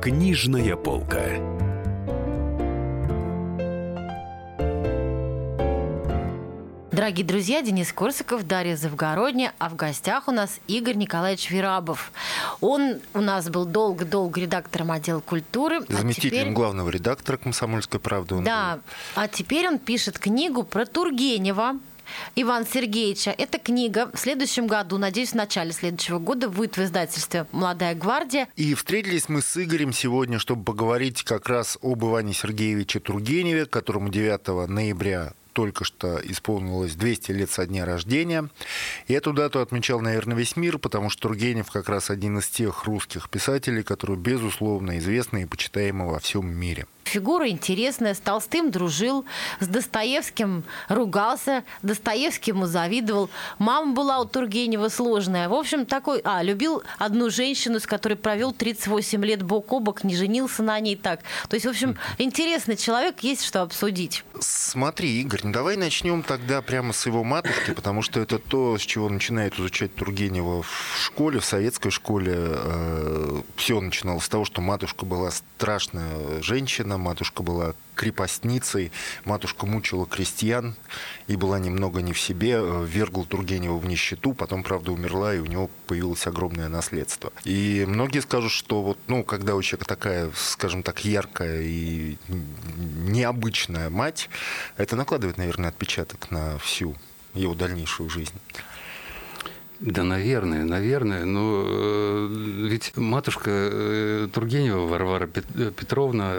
Книжная полка. Дорогие друзья, Денис Корсаков, Дарья Завгородняя, а в гостях у нас Игорь Николаевич Вирабов. Он у нас был долго-долго редактором отдела культуры. Заместителем главного редактора «Комсомольской правды». А теперь он пишет книгу про Тургенева Ивана Сергеевича. Эта книга в следующем году, надеюсь, в начале следующего года выйдет в издательстве «Молодая гвардия». И встретились мы с Игорем сегодня, чтобы поговорить как раз об Иване Сергеевиче Тургеневе, которому 9 ноября только что исполнилось 200 лет со дня рождения. И эту дату отмечал, наверное, весь мир, потому что Тургенев как раз один из тех русских писателей, которые, безусловно, известны и почитаемы во всем мире. Фигура интересная, с Толстым дружил, с Достоевским ругался, Достоевский ему завидовал. Мама была у Тургенева сложная. В общем, такой... любил одну женщину, с которой провел 38 лет бок о бок, не женился на ней так. То есть, в общем, интересный человек, есть что обсудить. Смотри, Игорь, давай начнем тогда прямо с его матушки, потому что это то, с чего начинает изучать Тургенева в школе, в советской школе. Все начиналось с того, что матушка была страшная женщина, матушка была крепостницей, матушка мучила крестьян и была немного не в себе, ввергла Тургенева в нищету, потом, правда, умерла, и у него появилось огромное наследство. И многие скажут, что когда у человека такая, скажем так, яркая и необычная мать, это накладывает, наверное, отпечаток на всю его дальнейшую жизнь. Да, наверное, но ведь матушка Тургенева, Варвара Петровна,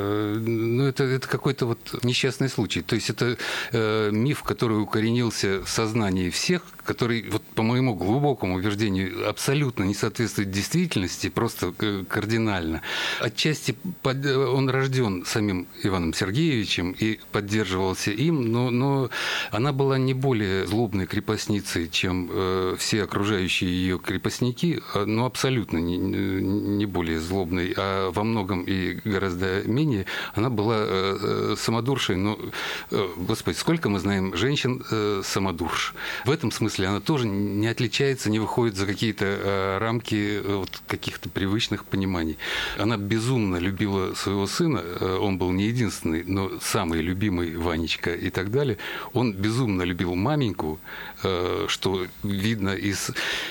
это какой-то несчастный случай. То есть это миф, который укоренился в сознании всех, который, по моему глубокому убеждению, абсолютно не соответствует действительности, просто кардинально. Отчасти он рожден самим Иваном Сергеевичем и поддерживался им, но она была не более злобной крепостницей, чем все окружающие ее крепостники, но абсолютно не более злобной, а во многом и гораздо менее. Она была самодуршей, но, Господи, сколько мы знаем женщин-самодурш. В этом смысле она тоже не отличается, не выходит за какие-то рамки каких-то привычных пониманий. Она безумно любила своего сына, он был не единственный, но самый любимый Ванечка и так далее. Он безумно любил маменьку, что видно из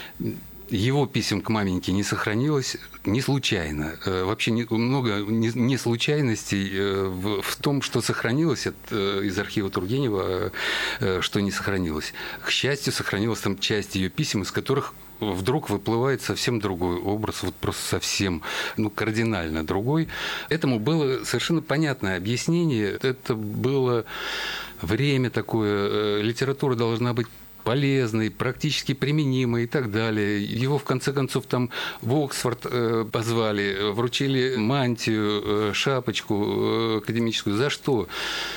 его писем к маменьке не сохранилось не случайно. Вообще много не случайностей в том, что сохранилось из архива Тургенева, что не сохранилось. К счастью, сохранилась там часть ее писем, из которых вдруг выплывает совсем другой образ, просто совсем, кардинально другой. Этому было совершенно понятное объяснение. Это было время такое, литература должна быть полезный, практически применимый и так далее. Его, в конце концов, там в Оксфорд позвали, вручили мантию, шапочку академическую. За что?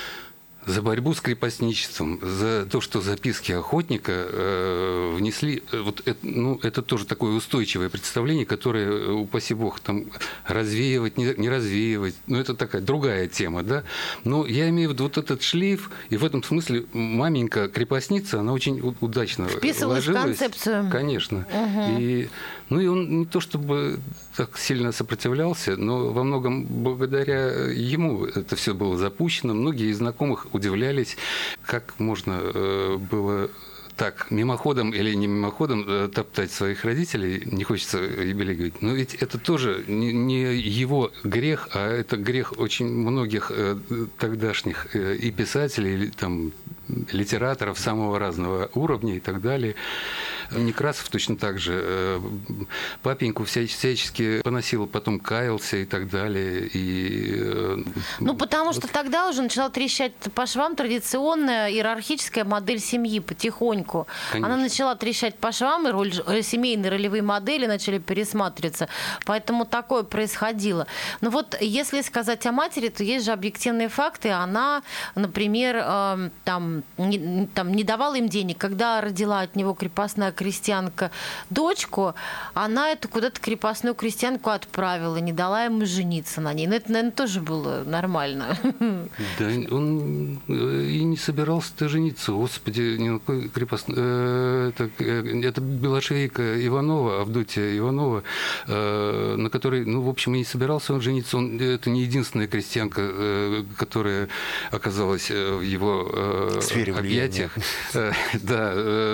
За борьбу с крепостничеством, за то, что записки охотника внесли... это тоже такое устойчивое представление, которое, упаси бог, там развеивать, не развеивать. Это такая другая тема, да? Но я имею в виду этот шлейф, и в этом смысле маменька-крепостница, она очень удачно вписывалась в концепцию. Конечно. Угу. И он не то чтобы так сильно сопротивлялся, но во многом благодаря ему это все было запущено. Многие из знакомых удивлялись, как можно было так мимоходом или не мимоходом топтать своих родителей, не хочется юбилей говорить, но ведь это тоже не его грех, а это грех очень многих тогдашних и писателей, и там литераторов самого разного уровня и так далее. Некрасов точно так же. Папеньку всячески поносил, потом каялся и так далее. Потому что тогда уже начала трещать по швам традиционная иерархическая модель семьи потихоньку. Конечно. Она начала трещать по швам, и семейные ролевые модели начали пересматриваться. Поэтому такое происходило. Но если сказать о матери, то есть же объективные факты. Она, например, не давал им денег. Когда родила от него крепостная крестьянка дочку, она эту куда-то крепостную крестьянку отправила, не дала ему жениться на ней. Но это, наверное, тоже было нормально. Да, он и не собирался-то жениться. Господи, ни на какой крепостной... Это белошвейка Иванова, Авдотья Иванова, на которой, в общем, и не собирался он жениться. Это не единственная крестьянка, которая оказалась в его объятиях. Да,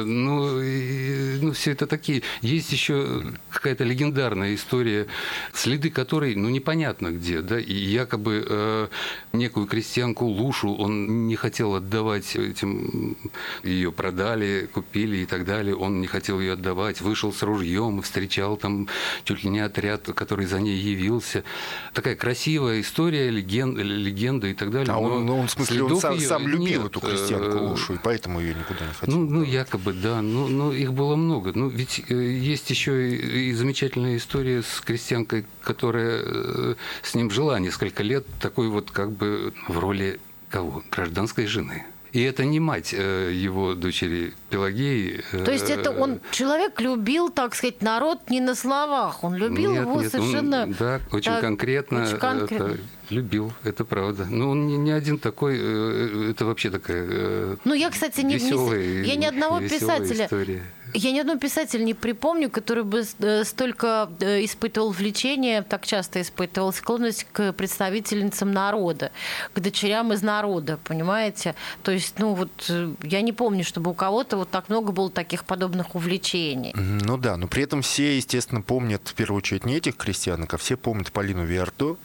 все это такие. Есть еще какая-то легендарная история, следы которой, непонятно где, да, и якобы некую крестьянку Лушу он не хотел отдавать этим, ее продали, купили и так далее, он не хотел ее отдавать, вышел с ружьем, встречал там чуть ли не отряд, который за ней явился. Такая красивая история, легенда и так далее. А он в смысле, он сам любил эту крестьянку Лушу, и поэтому ее никуда не хотел. Якобы, да. Их было много. Ведь есть еще и замечательная история с крестьянкой, которая с ним жила несколько лет, такой вот как бы в роли кого? Гражданской жены. И это не мать его дочери Пелагеи. То есть это он, человек любил, так сказать, народ не на словах. Он любил его совершенно... Да, очень конкретно. Это любил, это правда. Но он не один такой, это вообще такая я, кстати, я ни одного писателя... История. Я ни одного писателя не припомню, который бы столько испытывал влечение, так часто испытывал склонность к представительницам народа, к дочерям из народа, понимаете? То есть, я не помню, чтобы у кого-то вот так много было таких подобных увлечений. Но при этом все, естественно, помнят, в первую очередь, не этих крестьянок, а все помнят Полину Виардо.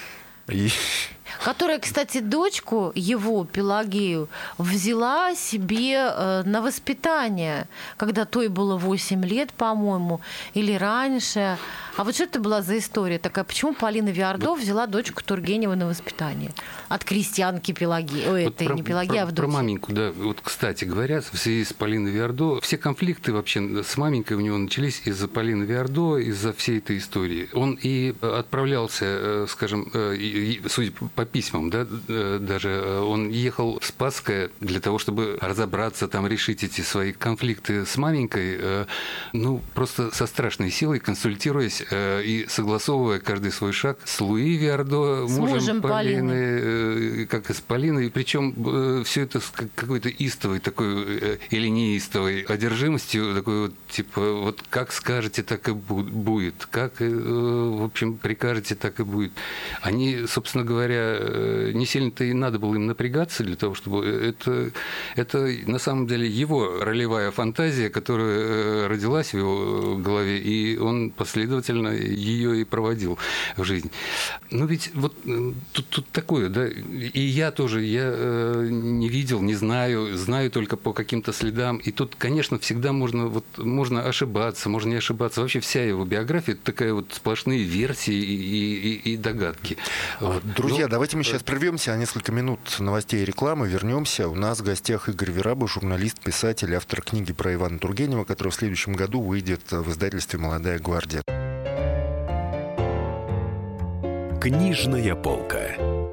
Которая, кстати, дочку его, Пелагею, взяла себе на воспитание, когда той было 8 лет, по-моему, или раньше. А вот что это была за история такая? Почему Полина Виардо взяла дочку Тургенева на воспитание? От крестьянки Пелагеи. Не Пелагеи, а Авдотьи. Про маменьку, да. Вот, кстати говоря, в связи с Полиной Виардо, все конфликты вообще с маменькой у него начались из-за Полины Виардо, из-за всей этой истории. Он и отправлялся, скажем, судя по письмам, да, даже он ехал в Спасское для того, чтобы разобраться, там, решить эти свои конфликты с маменькой, просто со страшной силой, консультируясь и согласовывая каждый свой шаг с Луи Виардо, мужем Полины, как и с Полиной. Причем все это с какой-то истовой такой, или неистовой одержимостью, такой вот, типа, вот как скажете, так и будет, как, в общем, прикажете, так и будет. Они, собственно говоря, не сильно-то и надо было им напрягаться для того, чтобы... Это на самом деле его ролевая фантазия, которая родилась в его голове, и он последовательно ее и проводил в жизнь. Ведь вот тут такое, да, и я тоже, не видел, не знаю только по каким-то следам, и тут, конечно, всегда можно ошибаться, можно не ошибаться. Вообще вся его биография – это такая вот сплошные версии и догадки. Друзья, давайте мы сейчас прервемся на несколько минут новостей и рекламы, вернемся. У нас в гостях Игорь Вераба, журналист, писатель, автор книги про Ивана Тургенева, которая в следующем году выйдет в издательстве «Молодая гвардия». Книжная полка.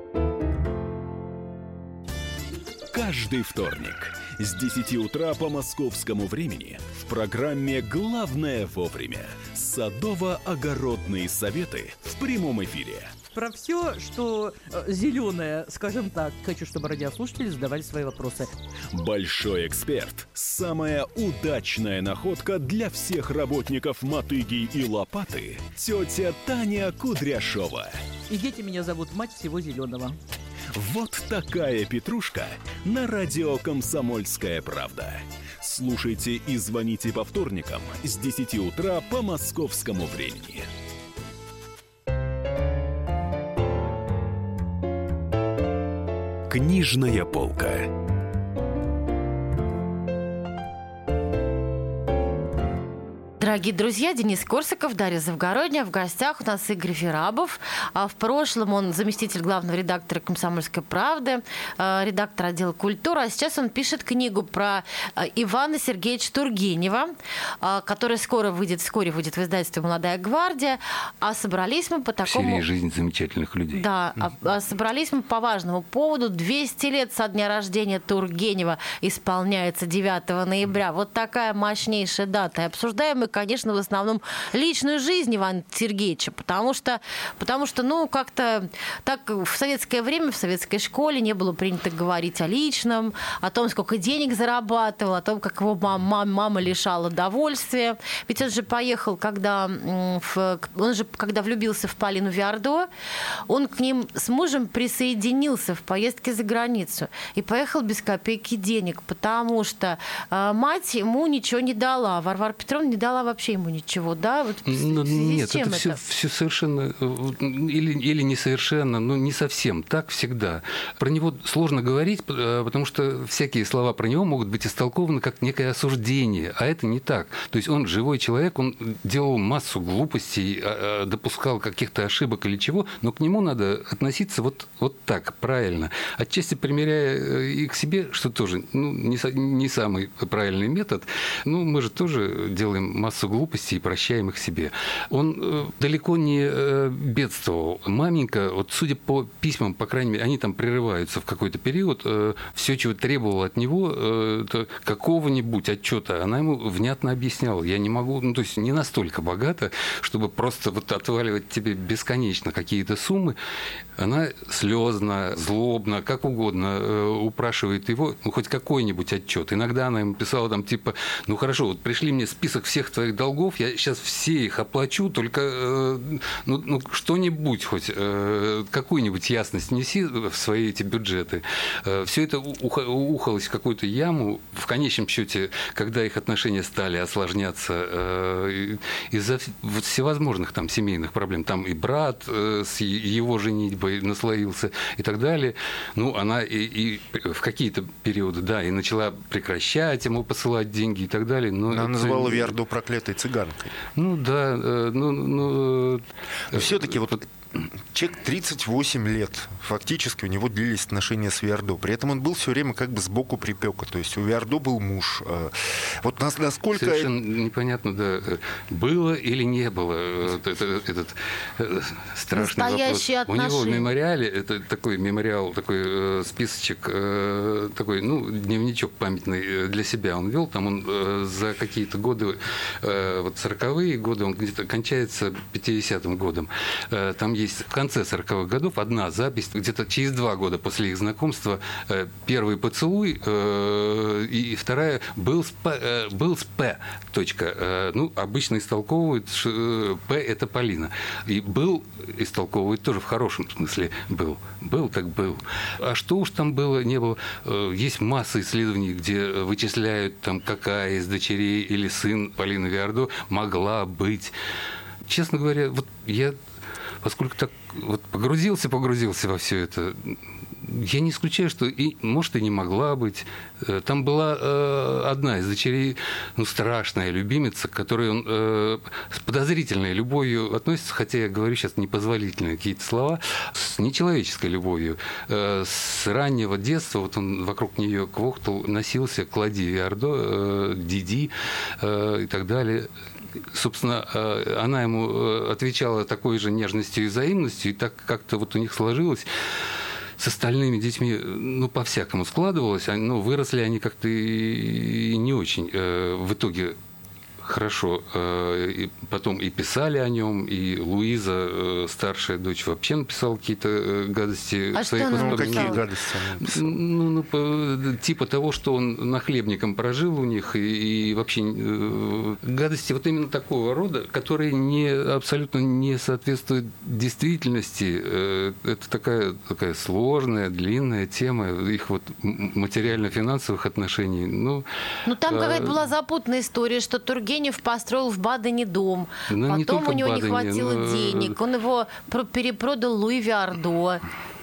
Каждый вторник с 10 утра по московскому времени в программе «Главное вовремя» садово-огородные советы в прямом эфире. Про все, что зеленое, скажем так. Хочу, чтобы радиослушатели задавали свои вопросы. Большой эксперт. Самая удачная находка для всех работников мотыги и лопаты. Тетя Таня Кудряшова. И дети меня зовут мать всего зеленого. Вот такая петрушка на радио «Комсомольская правда». Слушайте и звоните по вторникам с 10 утра по московскому времени. Книжная полка. Дорогие друзья, Денис Корсаков, Дарья Завгородняя. В гостях у нас Игорь Верабов. В прошлом он заместитель главного редактора «Комсомольской правды», редактор отдела культуры. А сейчас он пишет книгу про Ивана Сергеевича Тургенева, которая вскоре выйдет в издательстве «Молодая гвардия». А собрались мы по такому... Серия «Жизнь замечательных людей». Да, собрались мы по важному поводу. 200 лет со дня рождения Тургенева исполняется 9 ноября. Вот такая мощнейшая дата. И обсуждаем мы, конечно, в основном личную жизнь Ивана Сергеевича, потому что, ну, как-то так в советское время, в советской школе не было принято говорить о личном, о том, сколько денег зарабатывал, о том, как его мама лишала удовольствия. Ведь он же поехал, когда влюбился в Полину Виардо, он к ним с мужем присоединился в поездке за границу и поехал без копейки денег, потому что мать ему ничего не дала, Варвара Петровна не дала вообще ему ничего, да? Вот нет, это все совершенно, или несовершенно, но не совсем так всегда. Про него сложно говорить, потому что всякие слова про него могут быть истолкованы как некое осуждение, а это не так. То есть он живой человек, он делал массу глупостей, допускал каких-то ошибок или чего, но к нему надо относиться вот так, правильно. Отчасти примеряя и к себе, что тоже не самый правильный метод, мы же тоже делаем массу глупостей и прощаем их себе. Он далеко не бедствовал. Маменька, вот судя по письмам, по крайней мере, они там прерываются в какой-то период, все, чего требовало от него, какого-нибудь отчета, она ему внятно объясняла. Я не могу, то есть не настолько богата, чтобы просто вот отваливать тебе бесконечно какие-то суммы. Она слезно, злобно, как угодно упрашивает его, хоть какой-нибудь отчет. Иногда она ему писала там типа, хорошо, вот пришли мне список всех твоих долгов, я сейчас все их оплачу, только что-нибудь хоть, какую-нибудь ясность неси в свои эти бюджеты. Все это ухалось в какую-то яму. В конечном счете, когда их отношения стали осложняться из-за всевозможных там семейных проблем, там и брат с его женитьбой наслоился и так далее, она и в какие-то периоды, да, и начала прекращать ему посылать деньги и так далее. Она называла Виардо проклятой цыганкой. Все-таки вот человек 38 лет, фактически у него длились отношения с Виардо. При этом он был все время как бы сбоку припека. То есть у Виардо был муж. Вот насколько... Совершенно непонятно, да, было или не было этот страшный вопрос. У него в мемориале, это такой мемориал, такой списочек, такой, дневничок памятный для себя он вел. Там он за какие-то годы, 40-е годы, он где-то кончается 50-м годом. Там есть в конце 40-х годов одна запись, где-то через 2 года после их знакомства, первый поцелуй, и вторая был с П. Точка. Обычно истолковывают, что П – это Полина. И был истолковывает тоже в хорошем смысле был. Был так был. А что уж там было, не было. Есть масса исследований, где вычисляют, там, какая из дочерей или сын Полины Виардо могла быть. Честно говоря, вот я... Поскольку так вот погрузился во все это, я не исключаю, что может, и не могла быть. Там была одна из дочерей, страшная любимица, к которой он с подозрительной любовью относится, хотя я говорю сейчас непозволительные какие-то слова, с нечеловеческой любовью. С раннего детства вот он вокруг нее квохтал, носился, клади Виардо, Диди и так далее. Собственно, она ему отвечала такой же нежностью и взаимностью, и так как-то вот у них сложилось. С остальными детьми, по-всякому складывалось, но выросли они как-то и не очень. В итоге хорошо. И потом и писали о нем, и Луиза, старшая дочь, вообще написала какие-то гадости. А что она написала? Какие гадости она написала? Типа того, что он нахлебником прожил у них, и вообще гадости вот именно такого рода, которые абсолютно не соответствуют действительности. Это такая сложная, длинная тема их вот материально-финансовых отношений. Там какая-то была запутанная история, что Тургенев построил в Бадене дом, потом у него не хватило денег, он его перепродал Луи Виардо.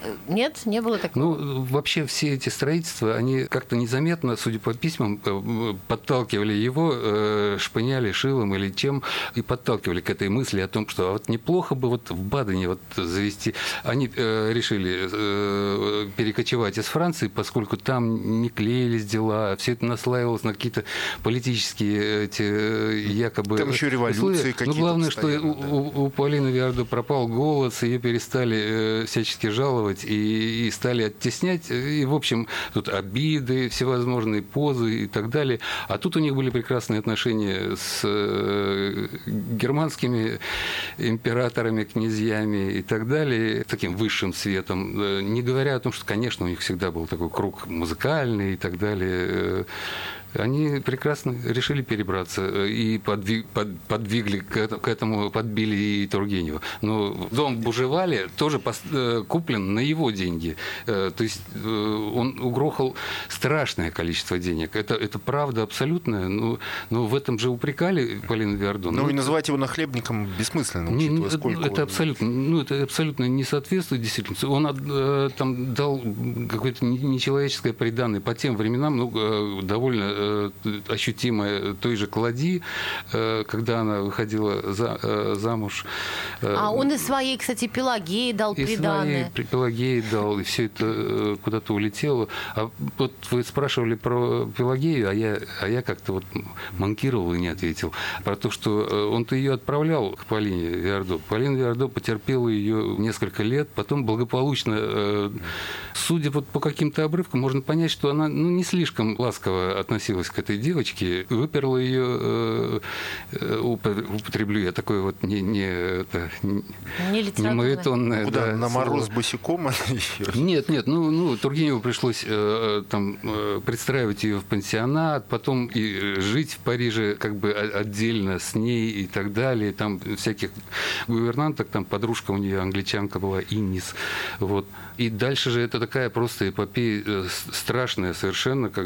Нет, не было такого? Ну, вообще все эти строительства, они как-то незаметно, судя по письмам, подталкивали его, шпыняли шилом или чем, и подталкивали к этой мысли о том, что вот неплохо бы вот в Бадене вот завести. Они решили перекочевать из Франции, поскольку там не клеились дела, все это наслаивалось на какие-то политические эти якобы там еще революции какие-то. Но главное, что у Полины Виардо пропал голос, ее перестали всячески жаловать и стали оттеснять. И, в общем, тут обиды, всевозможные позы и так далее. А тут у них были прекрасные отношения с германскими императорами, князьями и так далее, таким высшим светом. Не говоря о том, что, конечно, у них всегда был такой круг музыкальный и так далее. Они прекрасно решили перебраться и подвигли к этому, подбили и Тургенева. Но дом Бужевали тоже куплен на его деньги. То есть он угрохал страшное количество денег. Это правда абсолютная. Но в этом же упрекали Полину Виардо. Ну и называть его нахлебником бессмысленно, учитывая, сколько это абсолютно не соответствует действительности. Он там дал какое-то нечеловеческое приданое по тем временам, довольно ощутимое той же Клади, когда она выходила замуж. Он и своей, кстати, Пелагеи дал приданое. И своей Пелагеи дал, и все это куда-то улетело. А вот вы спрашивали про Пелагею, а я как-то вот манкировал и не ответил. Про то, что он-то ее отправлял к Полине Виардо. Полина Виардо потерпела ее несколько лет, потом благополучно, судя вот по каким-то обрывкам, можно понять, что она не слишком ласково относилась к этой девочке, выперла ее, употреблю я такое вот не моветонное. Куда, да, на мороз слово. Босиком? Нет, Тургеневу пришлось там пристраивать ее в пансионат, потом и жить в Париже как бы отдельно с ней и так далее. Там всяких гувернанток, там подружка у нее англичанка была, Иннис. Вот. И дальше же это такая просто эпопея страшная совершенно, как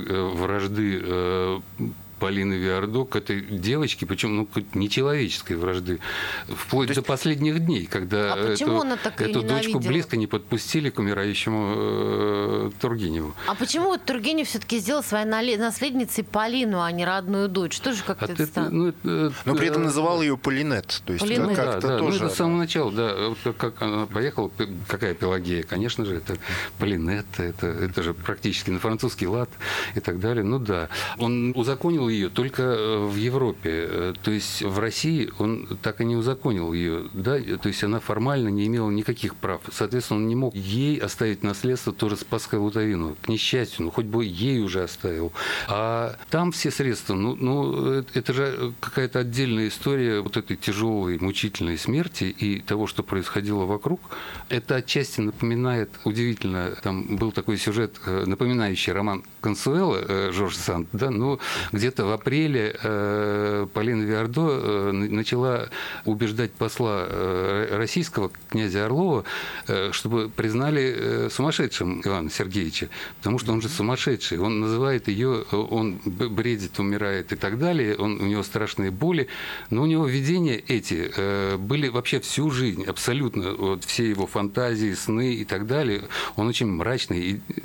вражды Полины Виардо к этой девочке, причем нечеловеческой вражды, вплоть до последних дней, когда эту дочку близко не подпустили к умирающему Тургеневу. А почему Тургенев все-таки сделал своей наследницей Полину, а не родную дочь? Тоже как-то это странно. Но при этом называл ее Полинет. То есть Полинет. как-то тоже... это с самого начала, да. Как она поехала, какая Пелагея? Конечно же, это Полинет, это же практически на французский лад и так далее. Ну да. Он узаконил ее только в Европе. То есть в России он так и не узаконил ее. Да? То есть она формально не имела никаких прав. Соответственно, он не мог ей оставить наследство тоже Спасское Лутовину. К несчастью, хоть бы ей уже оставил. А там все средства, это же какая-то отдельная история вот этой тяжелой, мучительной смерти и того, что происходило вокруг. Это отчасти напоминает, удивительно, там был такой сюжет, напоминающий роман Консуэла Жорж Санд, да, где-то в апреле Полина Виардо начала убеждать посла российского, князя Орлова, чтобы признали сумасшедшим Ивана Сергеевича, потому что он же сумасшедший. Он называет ее, он бредит, умирает и так далее, у него страшные боли, но у него видения эти были вообще всю жизнь, абсолютно, вот, все его фантазии, сны и так далее. Он очень мрачный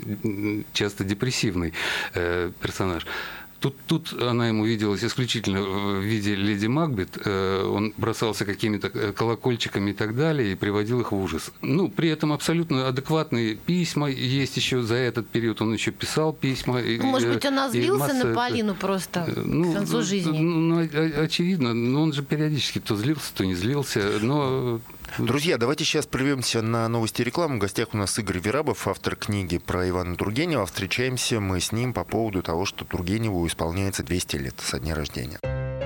и часто депрессивный персонаж. Тут она ему виделась исключительно в виде леди Макбет. Он бросался какими-то колокольчиками и так далее и приводил их в ужас. При этом абсолютно адекватные письма есть еще за этот период. Он еще писал письма. Может быть, он злился на Полину просто к концу жизни? Очевидно. Но он же периодически то злился, то не злился. Но... Друзья, давайте сейчас прервемся на новости и рекламу. В гостях у нас Игорь Верабов, автор книги про Ивана Тургенева. Встречаемся мы с ним по поводу того, что Тургеневу исполняется 200 лет со дня рождения.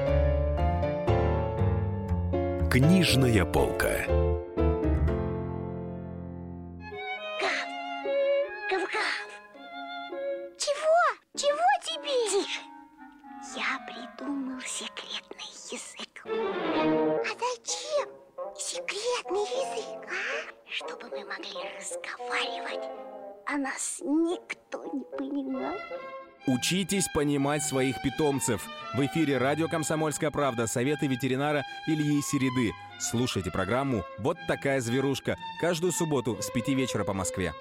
Книжная полка. Гав-гав! Чего? Чего тебе? Тише! Я придумал секретный язык. А зачем секретный язык, а? Чтобы мы могли разговаривать, а нас никто не понимал. Учитесь понимать своих питомцев. В эфире радио «Комсомольская правда», советы ветеринара Ильи Середы. Слушайте программу «Вот такая зверушка» каждую субботу с 5 вечера по Москве.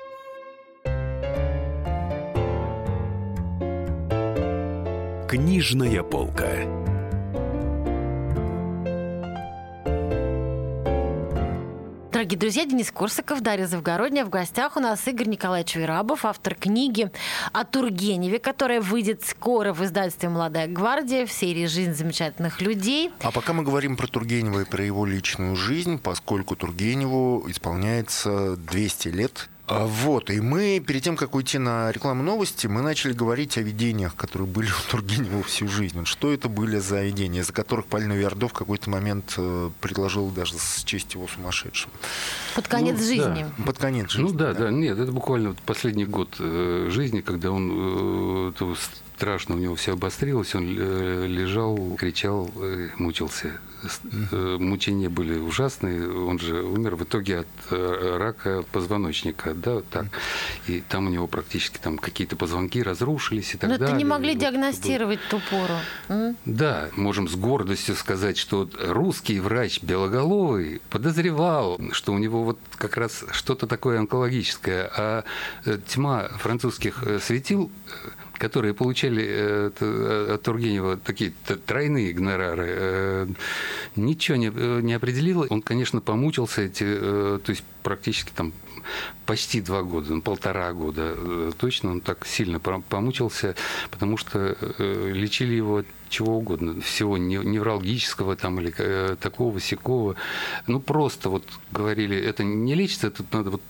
Книжная полка. Дорогие друзья, Денис Корсаков, Дарья Завгородняя. В гостях у нас Игорь Николаевич Верабов, автор книги о Тургеневе, которая выйдет скоро в издательстве «Молодая гвардия» в серии «Жизнь замечательных людей». А пока мы говорим про Тургенева и про его личную жизнь, поскольку Тургеневу исполняется 200 лет. Вот, и мы, перед тем, как уйти на рекламу новости, мы начали говорить о видениях, которые были у Тургенева всю жизнь. Что это были за видения, за которых Полина Виардо в какой-то момент предложила даже счесть его сумасшедшим? Под конец жизни. Да. Под конец жизни. Да. Нет, это буквально последний год жизни, когда он страшно у него все обострилось, он лежал, кричал, мучился. Мучения были ужасные, он же умер в итоге от рака позвоночника, да, вот так. И там у него практически там какие-то позвонки разрушились и так далее. Но это не могли диагностировать в ту пору. Да, можем с гордостью сказать, что русский врач Белоголовый подозревал, что у него вот как раз что-то такое онкологическое, а тьма французских светил, которые получали от Тургенева такие тройные гонорары, ничего не определило. Он, конечно, помучился, то есть практически там почти 2 года, 1,5 года точно, он так сильно помучился, потому что лечили его от чего угодно, всего неврологического там или такого, сякого. Ну, просто вот говорили, это не лечится, тут надо вот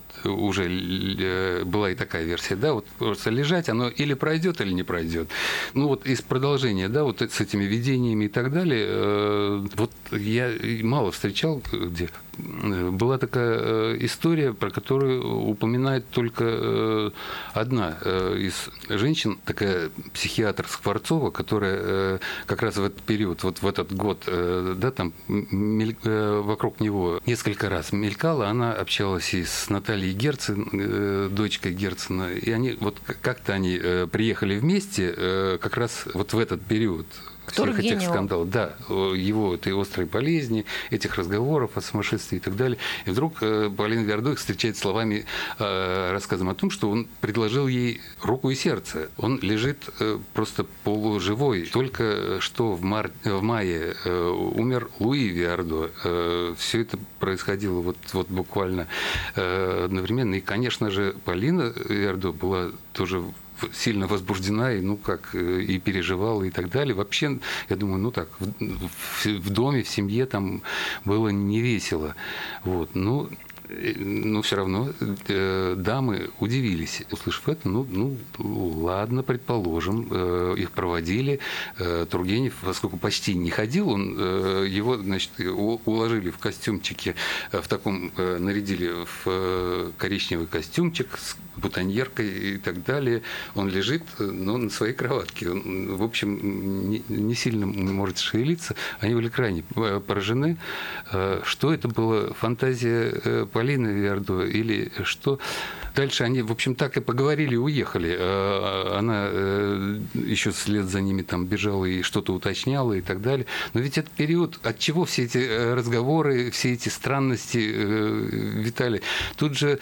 уже была и такая версия, да, вот просто лежать, оно или пройдет, или не пройдет. Ну, вот из продолжения, да, вот с этими видениями и так далее, вот я мало встречал, где была такая история, про которую упоминает только одна из женщин, такая психиатр Скворцова, которая как раз в этот период, вот в этот год, да, там вокруг него несколько раз мелькала, она общалась и с Натальей Герцен, дочкой Герцена, и они вот как-то они приехали вместе как раз вот в этот период всех этих скандалов, да, его этой острой болезни, этих разговоров о сумасшествии и так далее. И вдруг Полина Виардо их встречает словами, рассказом о том, что он предложил ей руку и сердце. Он лежит просто полуживой. Только что в мае умер Луи Виардо. Все это происходило вот буквально одновременно. И, конечно же, Полина Виардо была тоже сильно возбуждена и переживала и так далее. Вообще, я думаю, в доме, в семье там было не весело. Вот. Но все равно дамы удивились, услышав это. Ладно, предположим, их проводили. Тургенев, поскольку почти не ходил, его, значит, уложили в костюмчике, в таком, нарядили в коричневый костюмчик с бутоньеркой и так далее. Он лежит, но на своей кроватке. Он, в общем, не сильно может шевелиться. Они были крайне поражены. Что это было? Фантазия Полины Виардо или что? Дальше они, в общем, так и поговорили и уехали. Она еще вслед за ними там бежала и что-то уточняла и так далее. Но ведь этот период, от чего все эти разговоры, все эти странности витали? Тут же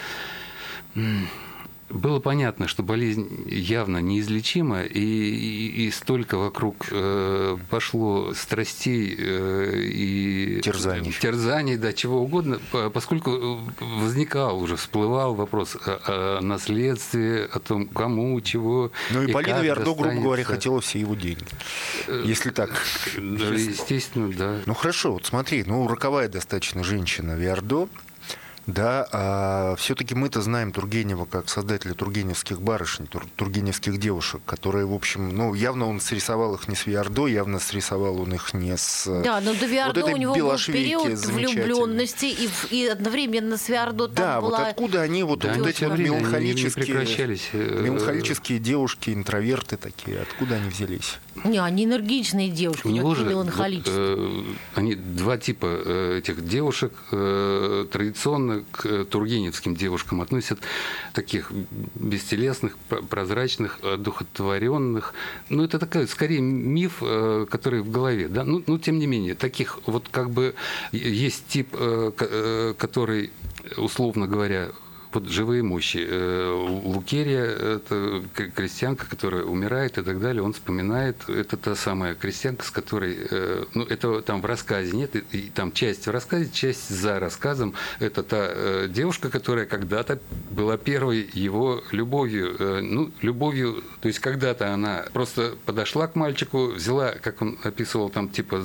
было понятно, что болезнь явно неизлечима, и столько вокруг пошло страстей и терзаний, да, чего угодно, поскольку возникал уже, всплывал вопрос о наследстве, о том, кому, чего. Ну и Полина Виардо, грубо говоря, хотела все его деньги. Если так. Да, естественно, да. Ну хорошо, вот смотри, роковая достаточно женщина Виардо. Да, а все-таки мы-то знаем Тургенева как создателя тургеневских барышень, тургеневских девушек, которые, в общем, явно он срисовал их не с Виардо, явно срисовал он их не с... Да, но до Виардо у него был период влюбленности, и одновременно с Виардо там да, была... вот откуда они, вот эти вот меланхолические девушки, интроверты такие, откуда они взялись? Не, они энергичные девушки, у него же меланхолические. они два типа этих девушек традиционно традиционно к тургеневским девушкам относят таких бестелесных, прозрачных, одухотворенных. Ну, это такой, скорее, миф, который в голове. Да? Ну, тем не менее, таких вот как бы есть тип, который, условно говоря, вот живые мощи. Лукерия – это крестьянка, которая умирает и так далее. Он вспоминает, это та самая крестьянка, с которой… Ну, это там в рассказе нет, и там часть в рассказе, часть за рассказом. Это та девушка, которая когда-то была первой его любовью. Ну, любовью, то есть когда-то она просто подошла к мальчику, взяла, как он описывал, там типа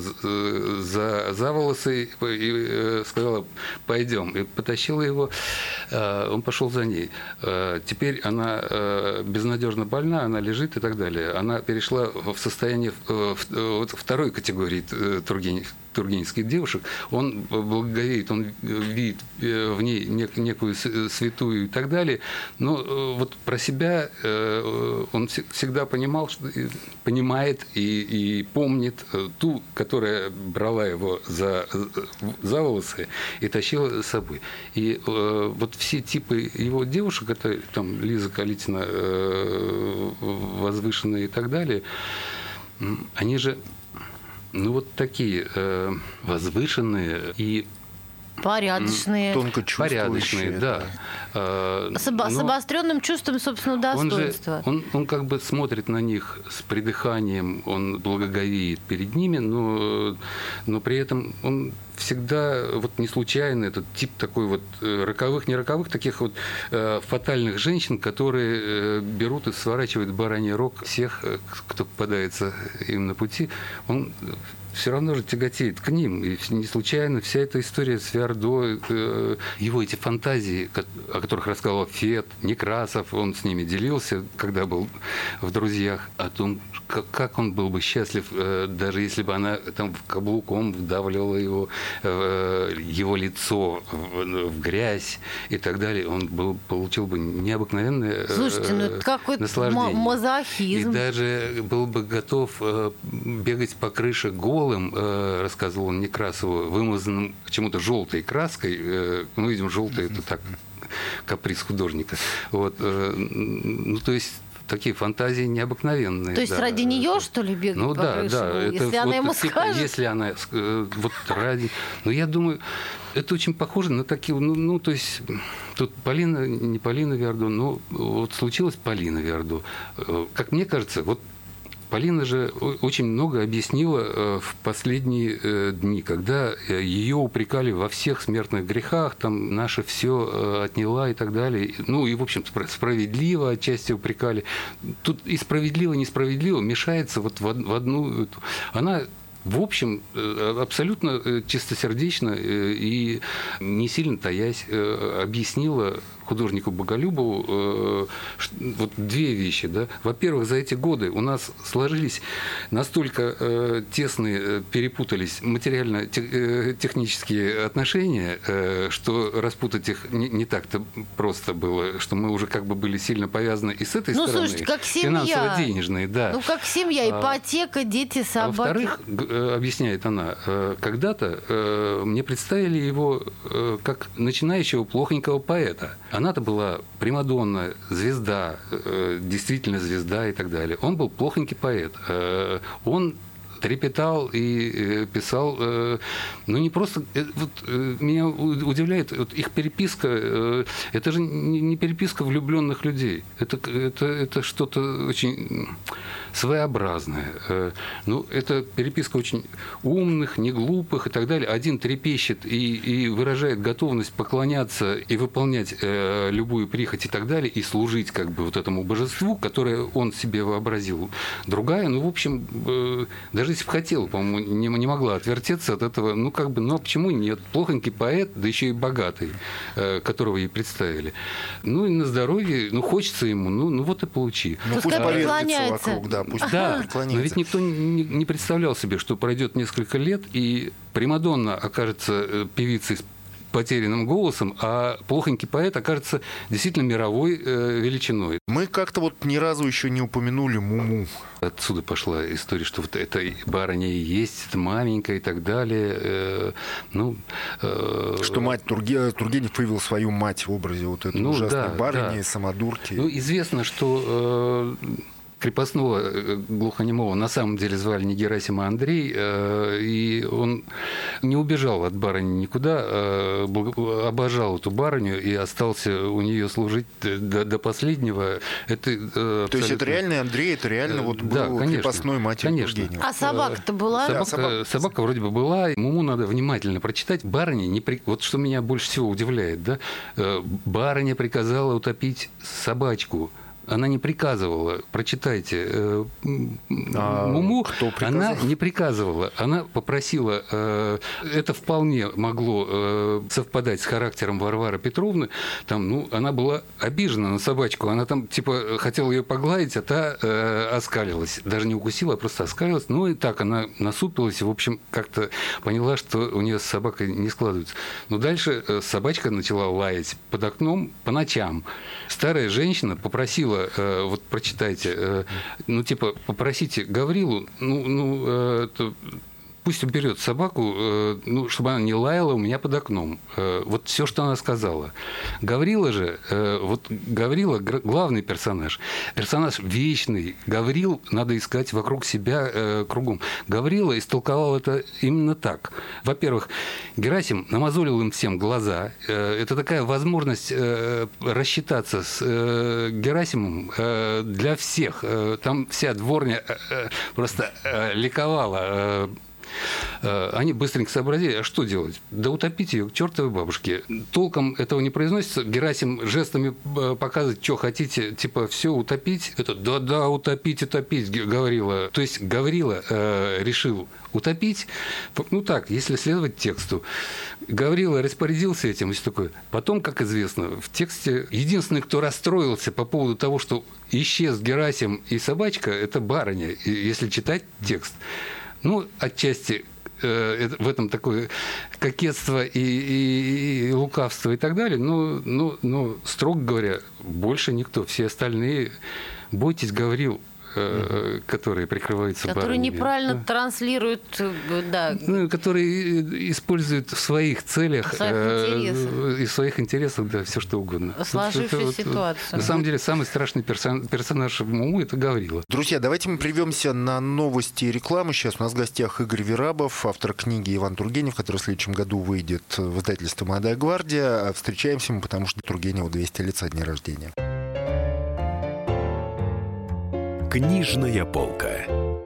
за волосы и сказала: «Пойдем». И потащила его. Он пошел за ней. Теперь она безнадежно больна, она лежит и так далее. Она перешла в состояние второй категории тургеневских девушек. Он благоговеет, он видит в ней некую святую и так далее. Но вот про себя он всегда понимает и помнит ту, которая брала его за волосы и тащила с собой. И вот все типы его девушек, это там Лиза Калитина, возвышенные и так далее, они же, ну, вот такие возвышенные и порядочные. Тонко чувствующие. Порядочные, да. С обостренным чувством собственного достоинства. Он как бы смотрит на них с придыханием, он благоговеет перед ними, но при этом он всегда, вот не случайно, этот тип такой вот роковых, не роковых, таких вот фатальных женщин, которые берут и сворачивают бараний рог всех, кто попадается им на пути, он все равно же тяготеет к ним. И не случайно вся эта история с Виардо, его эти фантазии, о которых рассказывал Фет, Некрасов, он с ними делился, когда был в «Друзьях», о том, как он был бы счастлив, даже если бы она там каблуком вдавливала его лицо в грязь и так далее, он получил бы необыкновенное наслаждение. Мазохизм. И даже был бы готов бегать по крыше голым, рассказывал он Некрасову, вымазанным почему-то желтой краской. Мы видим, желтый — это так, каприз художника. Вот. Ну, то есть такие фантазии необыкновенные. То есть ради нее, что ли, бегать по крыше? Да. Если она ему скажет? Если она вот ради… Ну, я думаю, это очень похоже на такие… Ну, то есть тут не Полина Виардо, но вот случилась Полина Виардо. Как мне кажется, вот Полина же очень много объяснила в последние дни, когда ее упрекали во всех смертных грехах, там наше все отняла и так далее. Ну и, в общем, справедливо отчасти упрекали. Тут и справедливо, и несправедливо мешается вот в одну… Она, в общем, абсолютно чистосердечно и не сильно таясь объяснила художнику Боголюбову вот две вещи. Да? Во-первых, за эти годы у нас сложились настолько тесные, перепутались материально-технические отношения, что распутать их не так-то просто было, что мы уже как бы были сильно повязаны и с этой стороны. Слушайте, как семья. Финансово-денежные, да. Ну, как семья, ипотека, дети, собаки. Во-вторых, объясняет она, когда-то мне представили его как начинающего плохонького поэта. Она-то была примадонна, звезда, действительно звезда и так далее. Он был плохонький поэт. Он трепетал и писал, ну не просто, вот, меня удивляет вот их переписка, это же не переписка влюбленных людей, это что-то очень своеобразное. Ну, это переписка очень умных, не глупых и так далее. Один трепещет и выражает готовность поклоняться и выполнять любую прихоть и так далее, и служить как бы вот этому божеству, которое он себе вообразил. Другая, ну, в общем, даже если бы хотела, по-моему, не могла отвертеться от этого, ну, как бы, ну, а почему нет? Плохонький поэт, да еще и богатый, которого ей представили. Ну, и на здоровье, ну, хочется ему, ну вот и получи. Ну, пусть повертится вокруг, да. Пусть да, но ведь никто не представлял себе, что пройдет несколько лет, и примадонна окажется певицей потерянным голосом, а плохонький поэт окажется действительно мировой величиной. Мы как-то вот ни разу еще не упомянули Муму. Отсюда пошла история, что вот это барыня и есть, это маменька и так далее. Что мать Тургенев вывел свою мать в образе вот этой ужасной барыни, самодурки. Известно, что крепостного глухонемого на самом деле звали не Герасим, а Андрей, и он не убежал от барыни никуда, обожал эту барыню и остался у нее служить до последнего. То есть это реальный Андрей, это реально был крепостной матерью Тургенева. А собака-то была? Собака вроде бы была. Муму надо внимательно прочитать. Барыня, вот что меня больше всего удивляет, да? Барыня приказала утопить собачку. Она не приказывала. Прочитайте. Муму она не приказывала. Она попросила. Это вполне могло совпадать с характером Варвары Петровны. Там, она была обижена на собачку. Она там типа хотела ее погладить, а та оскалилась. Даже не укусила, а просто оскалилась. И так она насупилась и, в общем, как-то поняла, что у нее с собакой не складывается. Но дальше собачка начала лаять под окном по ночам. Старая женщина попросила, вот прочитайте, попросите Гаврилу, пусть уберет собаку, чтобы она не лаяла у меня под окном. Вот все, что она сказала. Гаврила же, Гаврила главный персонаж. Персонаж вечный. Гаврил надо искать вокруг себя кругом. Гаврила истолковал это именно так. Во-первых, Герасим намазолил им всем глаза. Это такая возможность рассчитаться с Герасимом для всех. Там вся дворня просто ликовала. Они быстренько сообразили, а что делать? Да утопить ее к чертовой бабушке. Толком этого не произносится. Герасим жестами показывает, что хотите, типа, все, утопить. Это да, утопить, Гаврила. То есть Гаврила решил утопить. Если следовать тексту. Гаврила распорядился этим, и все такое. Потом, как известно, в тексте единственный, кто расстроился по поводу того, что исчез Герасим и собачка, это барыня, если читать текст. Отчасти в этом такое кокетство и лукавство и так далее, но, строго говоря, больше никто. Все остальные, бойтесь, Гаврил, которые прикрываются барынями. Которые неправильно транслируют, которые используют в своих целях и в своих интересах, все что угодно. Сложившуюся ситуацию. На самом деле, самый страшный персонаж в Муму – это Гаврила. Друзья, давайте мы прервемся на новости и рекламу. Сейчас у нас в гостях Игорь Верабов, автор книги «Иван Тургенев», который в следующем году выйдет в издательстве «Молодая гвардия». Встречаемся мы, потому что Тургеневу 200 лет со дня рождения. Книжная полка.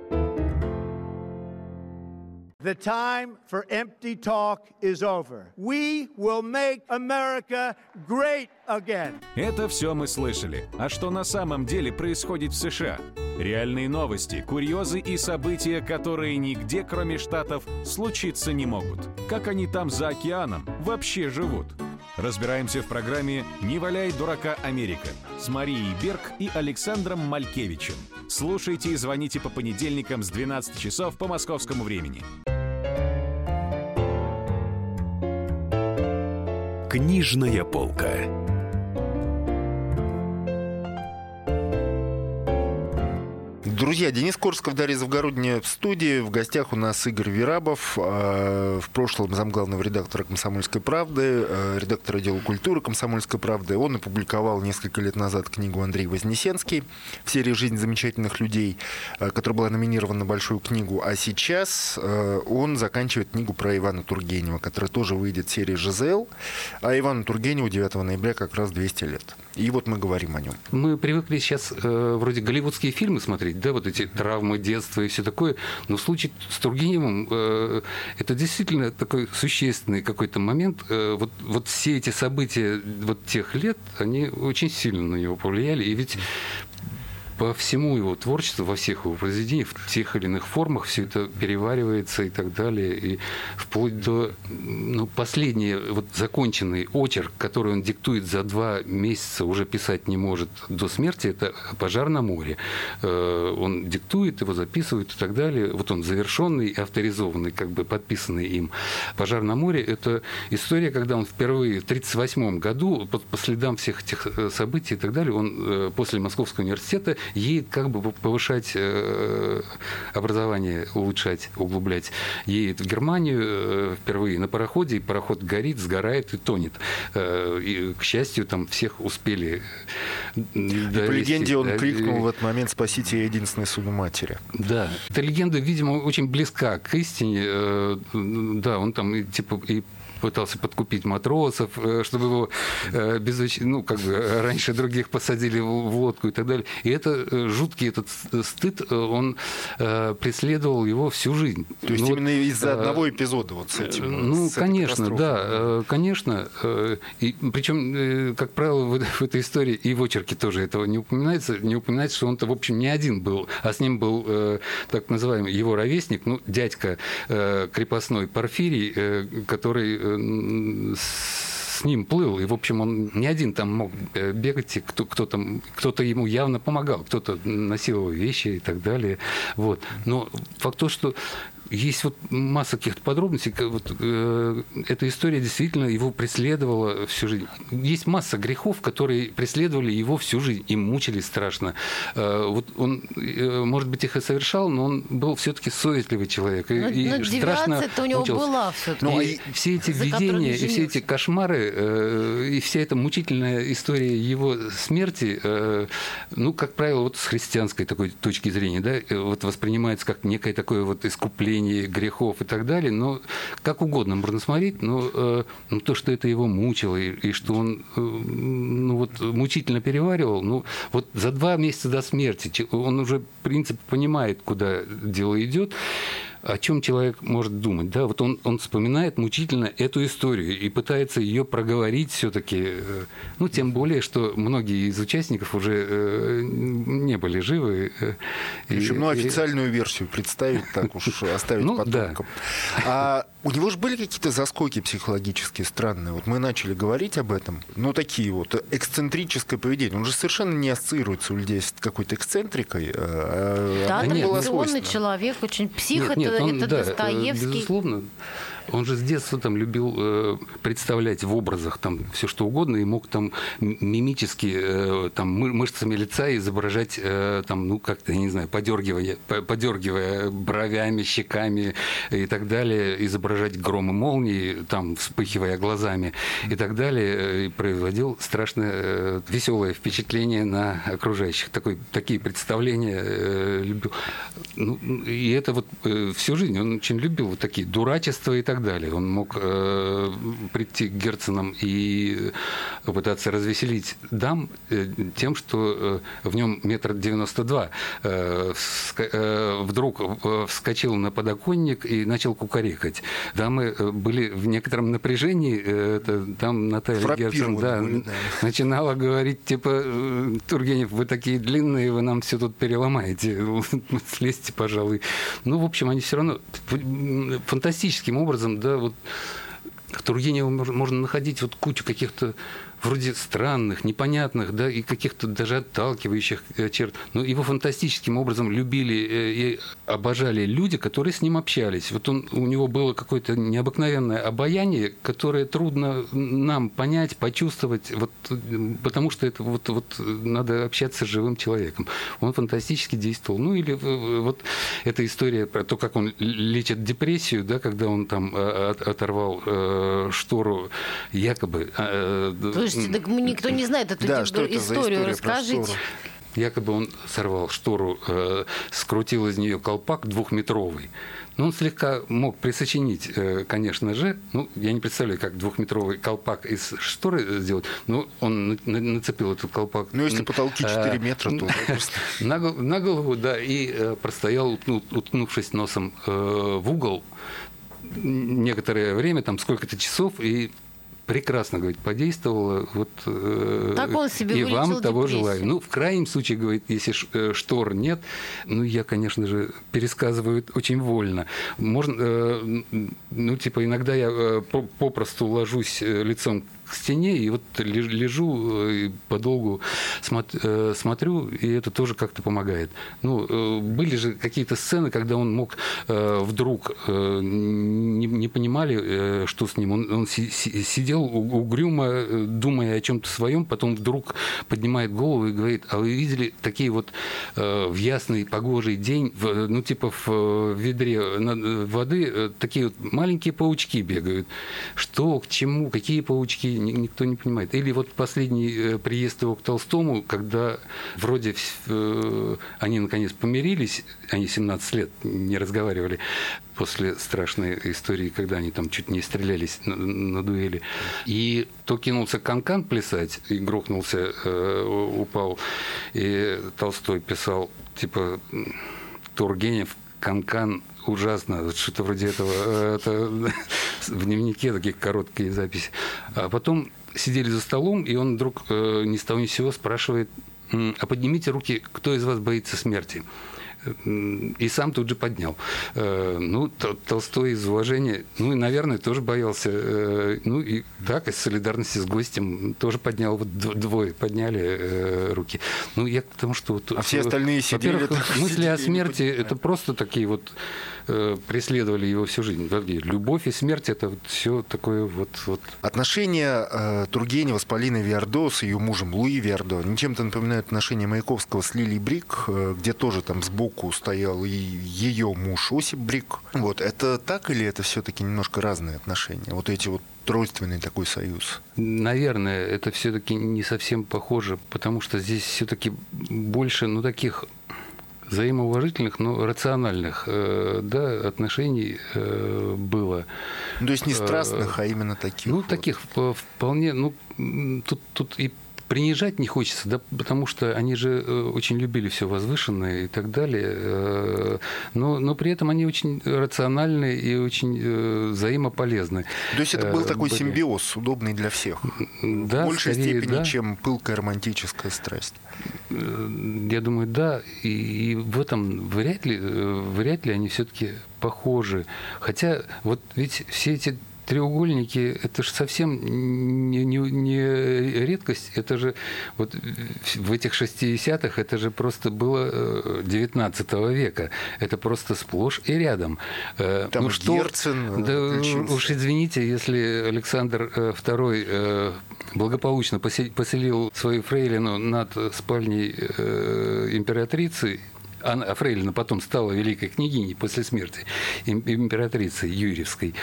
The time for empty talk is over. We will make America great again. Это все мы слышали. А что на самом деле происходит в США? Реальные новости, курьезы и события, которые нигде, кроме Штатов, случиться не могут. Как они там за океаном вообще живут? Разбираемся в программе «Не валяй дурака, Америка» с Марией Берг и Александром Малькевичем. Слушайте и звоните по понедельникам с 12 часов по московскому времени. Книжная полка. Друзья, Денис Корсков, Дарья Завгородняя в студии. В гостях у нас Игорь Верабов, в прошлом замглавного редактора «Комсомольской правды», редактор отдела культуры «Комсомольской правды». Он опубликовал несколько лет назад книгу «Андрей Вознесенский» в серии «Жизнь замечательных людей», которая была номинирована на большую книгу. А сейчас он заканчивает книгу про Ивана Тургенева, которая тоже выйдет в серии «ЖЗЛ». А Ивану Тургеневу 9 ноября как раз 200 лет. И вот мы говорим о нем. Мы привыкли сейчас вроде голливудские фильмы смотреть, да, вот эти травмы детства и все такое. Но в случае с Тургеневым это действительно такой существенный какой-то момент. Вот все эти события вот тех лет, они очень сильно на него повлияли. И ведь по всему его творчеству, во всех его произведениях, в тех или иных формах все это переваривается и так далее. И вплоть до последний вот законченный очерк, который он диктует за 2 месяца, уже писать не может до смерти, это «Пожар на море». Он диктует, его записывает и так далее. Вот он завершенный, авторизованный, как бы подписанный им. «Пожар на море» — это история, когда он впервые в 1938 году, по следам всех этих событий и так далее, он после Московского университета едет как бы повышать образование, улучшать, углублять. Едет в Германию впервые на пароходе, и пароход горит, сгорает и тонет. И, к счастью, там всех успели довести. По легенде он крикнул в этот момент: «Спасите, я единственный сын матери». Да. Эта легенда, видимо, очень близка к истине. Да, он там и пытался подкупить матросов, чтобы его раньше других посадили в лодку и так далее. И это жуткий этот стыд, он преследовал его всю жизнь. То есть именно из-за одного эпизода вот с этим? Конечно, да, конечно. И причем, как правило, в этой истории и в очерке тоже этого не упоминается, что он-то, в общем, не один был, а с ним был так называемый его ровесник, дядька крепостной Порфирий, который с ним плыл, и, в общем, он не один там мог бегать, и кто-то ему явно помогал, кто-то носил его вещи и так далее. Вот. Но факт то, что есть вот масса каких-то подробностей. Эта история действительно его преследовала всю жизнь. Есть масса грехов, которые преследовали его всю жизнь. Им мучили страшно. Вот он, может быть, их и совершал, но он был все-таки совестливый человек. И страшно у него мучился. Была все-таки. И все эти видения, и все эти кошмары, и вся эта мучительная история его смерти, как правило, вот с христианской такой точки зрения, да, вот воспринимается как некое такое вот искупление грехов и так далее, но как угодно можно смотреть, но то, что это его мучило, и что он мучительно переваривал, вот за 2 месяца до смерти он уже, в принципе, понимает, куда дело идет. О чем человек может думать? Да? Вот он вспоминает мучительно эту историю и пытается ее проговорить все-таки. Тем более, что многие из участников уже не были живы. Официальную версию представить, так уж оставить потомкам. Да. А у него же были какие-то заскоки психологические странные. Вот мы начали говорить об этом. Такие вот эксцентрическое поведение. Он же совершенно не ассоциируется у людей с какой-то эксцентрикой. Да, традиционный человек, очень псих. Это Достоевский. Безусловно. Он же с детства там любил представлять в образах там все что угодно и мог там мимически там мышцами лица изображать как-то, я не знаю, подергивая бровями, щеками и так далее, изображать громы молнии, там вспыхивая глазами и так далее, и производил страшно веселое впечатление на окружающих. Такие представления любил. И это вот всю жизнь он очень любил вот такие дурачества и так далее. Он мог прийти к Герценам и попытаться развеселить дам тем, что в нем 1,92 м. Вдруг вскочил на подоконник и начал кукарекать. Дамы были в некотором напряжении. Там Наталья Герцен начинала говорить, типа: Тургенев, вы такие длинные, вы нам все тут переломаете. Слезьте, пожалуй. В общем, они все равно фантастическим образом, да, вот в Тургеневе можно находить вот кучу каких-то вроде странных, непонятных, да, и каких-то даже отталкивающих черт. Но его фантастическим образом любили и обожали люди, которые с ним общались. Вот у него было какое-то необыкновенное обаяние, которое трудно нам понять, почувствовать, вот, потому что это вот надо общаться с живым человеком. Он фантастически действовал. Или вот эта история про то, как он лечит депрессию, да, когда он там оторвал штору, якобы... Слушайте, так никто не знает эту историю. Расскажите. Якобы он сорвал штору, скрутил из нее колпак 2-метровый. Он слегка мог присочинить, конечно же. Я не представляю, как 2-метровый колпак из шторы сделать. Но он нацепил этот колпак. Если потолки 4 метра, то... На голову, да, и простоял, уткнувшись носом в угол некоторое время, там сколько-то часов, и прекрасно, говорит, подействовало. Вот, Так он себе и вылечил вам того депрессию. желаю. Ну, в крайнем случае, говорит, если штор нет, ну, я, конечно же, пересказываю очень вольно. Можно, ну, типа, иногда я попросту ложусь лицом к стене и вот лежу и подолгу смотрю, и это тоже как-то помогает. Ну, были же какие-то сцены, когда он мог вдруг, не понимали, что с ним. Он сидел угрюмо, думая о чем-то своем, потом вдруг поднимает голову и говорит: а вы видели такие вот в ясный погожий день, ну, типа в ведре воды такие вот маленькие паучки бегают. Что, к чему, какие паучки, никто не понимает. Или вот последний приезд его к Толстому, когда вроде они наконец помирились, они 17 лет не разговаривали после страшной истории, когда они там чуть не стрелялись на дуэли. И то кинулся Канкан плясать и грохнулся, упал. И Толстой писал, типа, Тургенев, Канкан, ужасно, что-то вроде этого, это в дневнике такие короткие записи. А потом сидели за столом, и он вдруг ни с того ни с сего спрашивает: а поднимите руки, кто из вас боится смерти? И сам тут же поднял. Ну, Толстой из уважения, ну, и, наверное, тоже боялся. Ну, и так, из солидарности с гостем тоже поднял. Вот двое подняли руки. Ну, я к тому, что... Вот, а все остальные сидели... Во-первых, мысли о смерти, это просто такие вот преследовали его всю жизнь. Любовь и смерть — это вот все такое вот... Отношения Тургенева с Полиной Виардо, с ее мужем Луи Виардо, чем-то напоминают отношения Маяковского с Лилией Брик, где тоже там сбоку стоял и ее муж Осип Брик. Вот, это так или это все-таки немножко разные отношения? Вот эти вот тройственный такой союз? Наверное, это все-таки не совсем похоже, потому что здесь все-таки больше, ну, таких взаимоуважительных, но рациональных, да, отношений было. Ну, то есть не страстных, а именно таких? Ну, вот. Таких вполне, ну, тут и принижать не хочется, да, потому что они же очень любили все возвышенное и так далее, но при этом они очень рациональны и очень взаимополезны. То есть это был такой симбиоз, удобный для всех? Да, в большей скорее, степени, да, чем пылкая романтическая страсть? Я думаю, да. И в этом вряд ли они все-таки похожи. Хотя вот ведь все эти треугольники, это же совсем не редкость. Это же вот в этих 60-х это же просто было 19 века. Это просто сплошь и рядом. Там ну, что, Герцен да, уж извините, если Александр II благополучно поселил свою фрейлину над спальней императрицы, а фрейлина потом стала великой княгиней после смерти императрицы Юрьевской,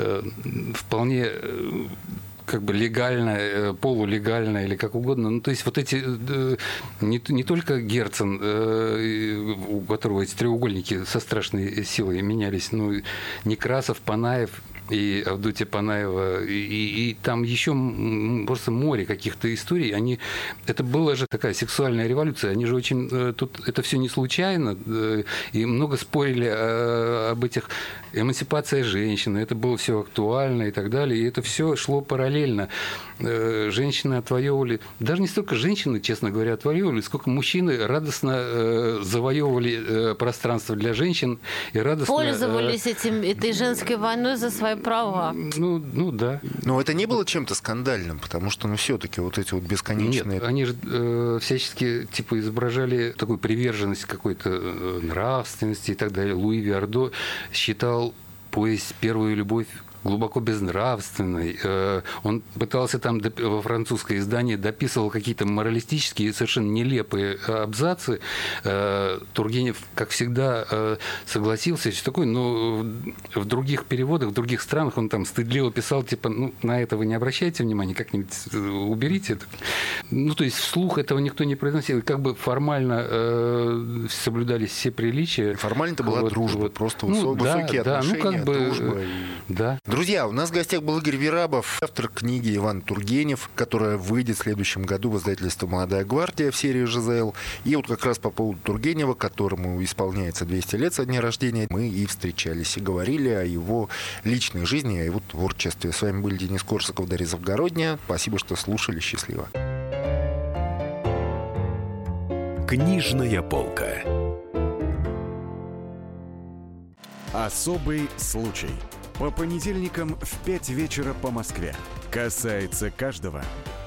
вполне как бы легально, полулегально или как угодно. Ну, то есть вот эти, не только Герцен, у которого эти треугольники со страшной силой менялись, но Некрасов, Панаев и Авдотья Панаева, и там еще просто море каких-то историй. Это была же такая сексуальная революция. Они же очень... Тут это все не случайно. И много спорили об этих... Эмансипация женщины. Это было все актуально и так далее. И это все шло параллельно. Женщины отвоевывали... Даже не столько женщины, честно говоря, отвоевывали, сколько мужчины радостно завоевывали пространство для женщин и радостно... Пользовались этой женской войной за свои права. Ну да. Но это не было чем-то скандальным, потому что, все-таки вот эти вот бесконечные... Нет, они же всячески типа изображали такую приверженность какой-то нравственности и так далее. Луи Виардо считал повесть «Первую любовь» глубоко безнравственной. Он пытался там во французское издание, дописывал какие-то моралистические, совершенно нелепые абзацы. Тургенев, как всегда, согласился, все такое, но в других переводах, в других странах он там стыдливо писал, типа, на это вы не обращайте внимания, как-нибудь уберите это. Ну, то есть вслух этого никто не произносил. Как бы формально соблюдались все приличия. Формально это была дружба, просто высокие отношения, ну, как бы, дружба. Да. Друзья, у нас в гостях был Игорь Вирабов, автор книги «Иван Тургенев», которая выйдет в следующем году в издательстве «Молодая гвардия» в серии ЖЗЛ. И вот как раз по поводу Тургенева, которому исполняется 200 лет со дня рождения, мы и встречались, и говорили о его личной жизни, о его творчестве. С вами были Денис Корсаков, Дарья Завгородняя. Спасибо, что слушали. Счастливо. Книжная полка. Особый случай. По понедельникам в 5 вечера по Москве. Касается каждого.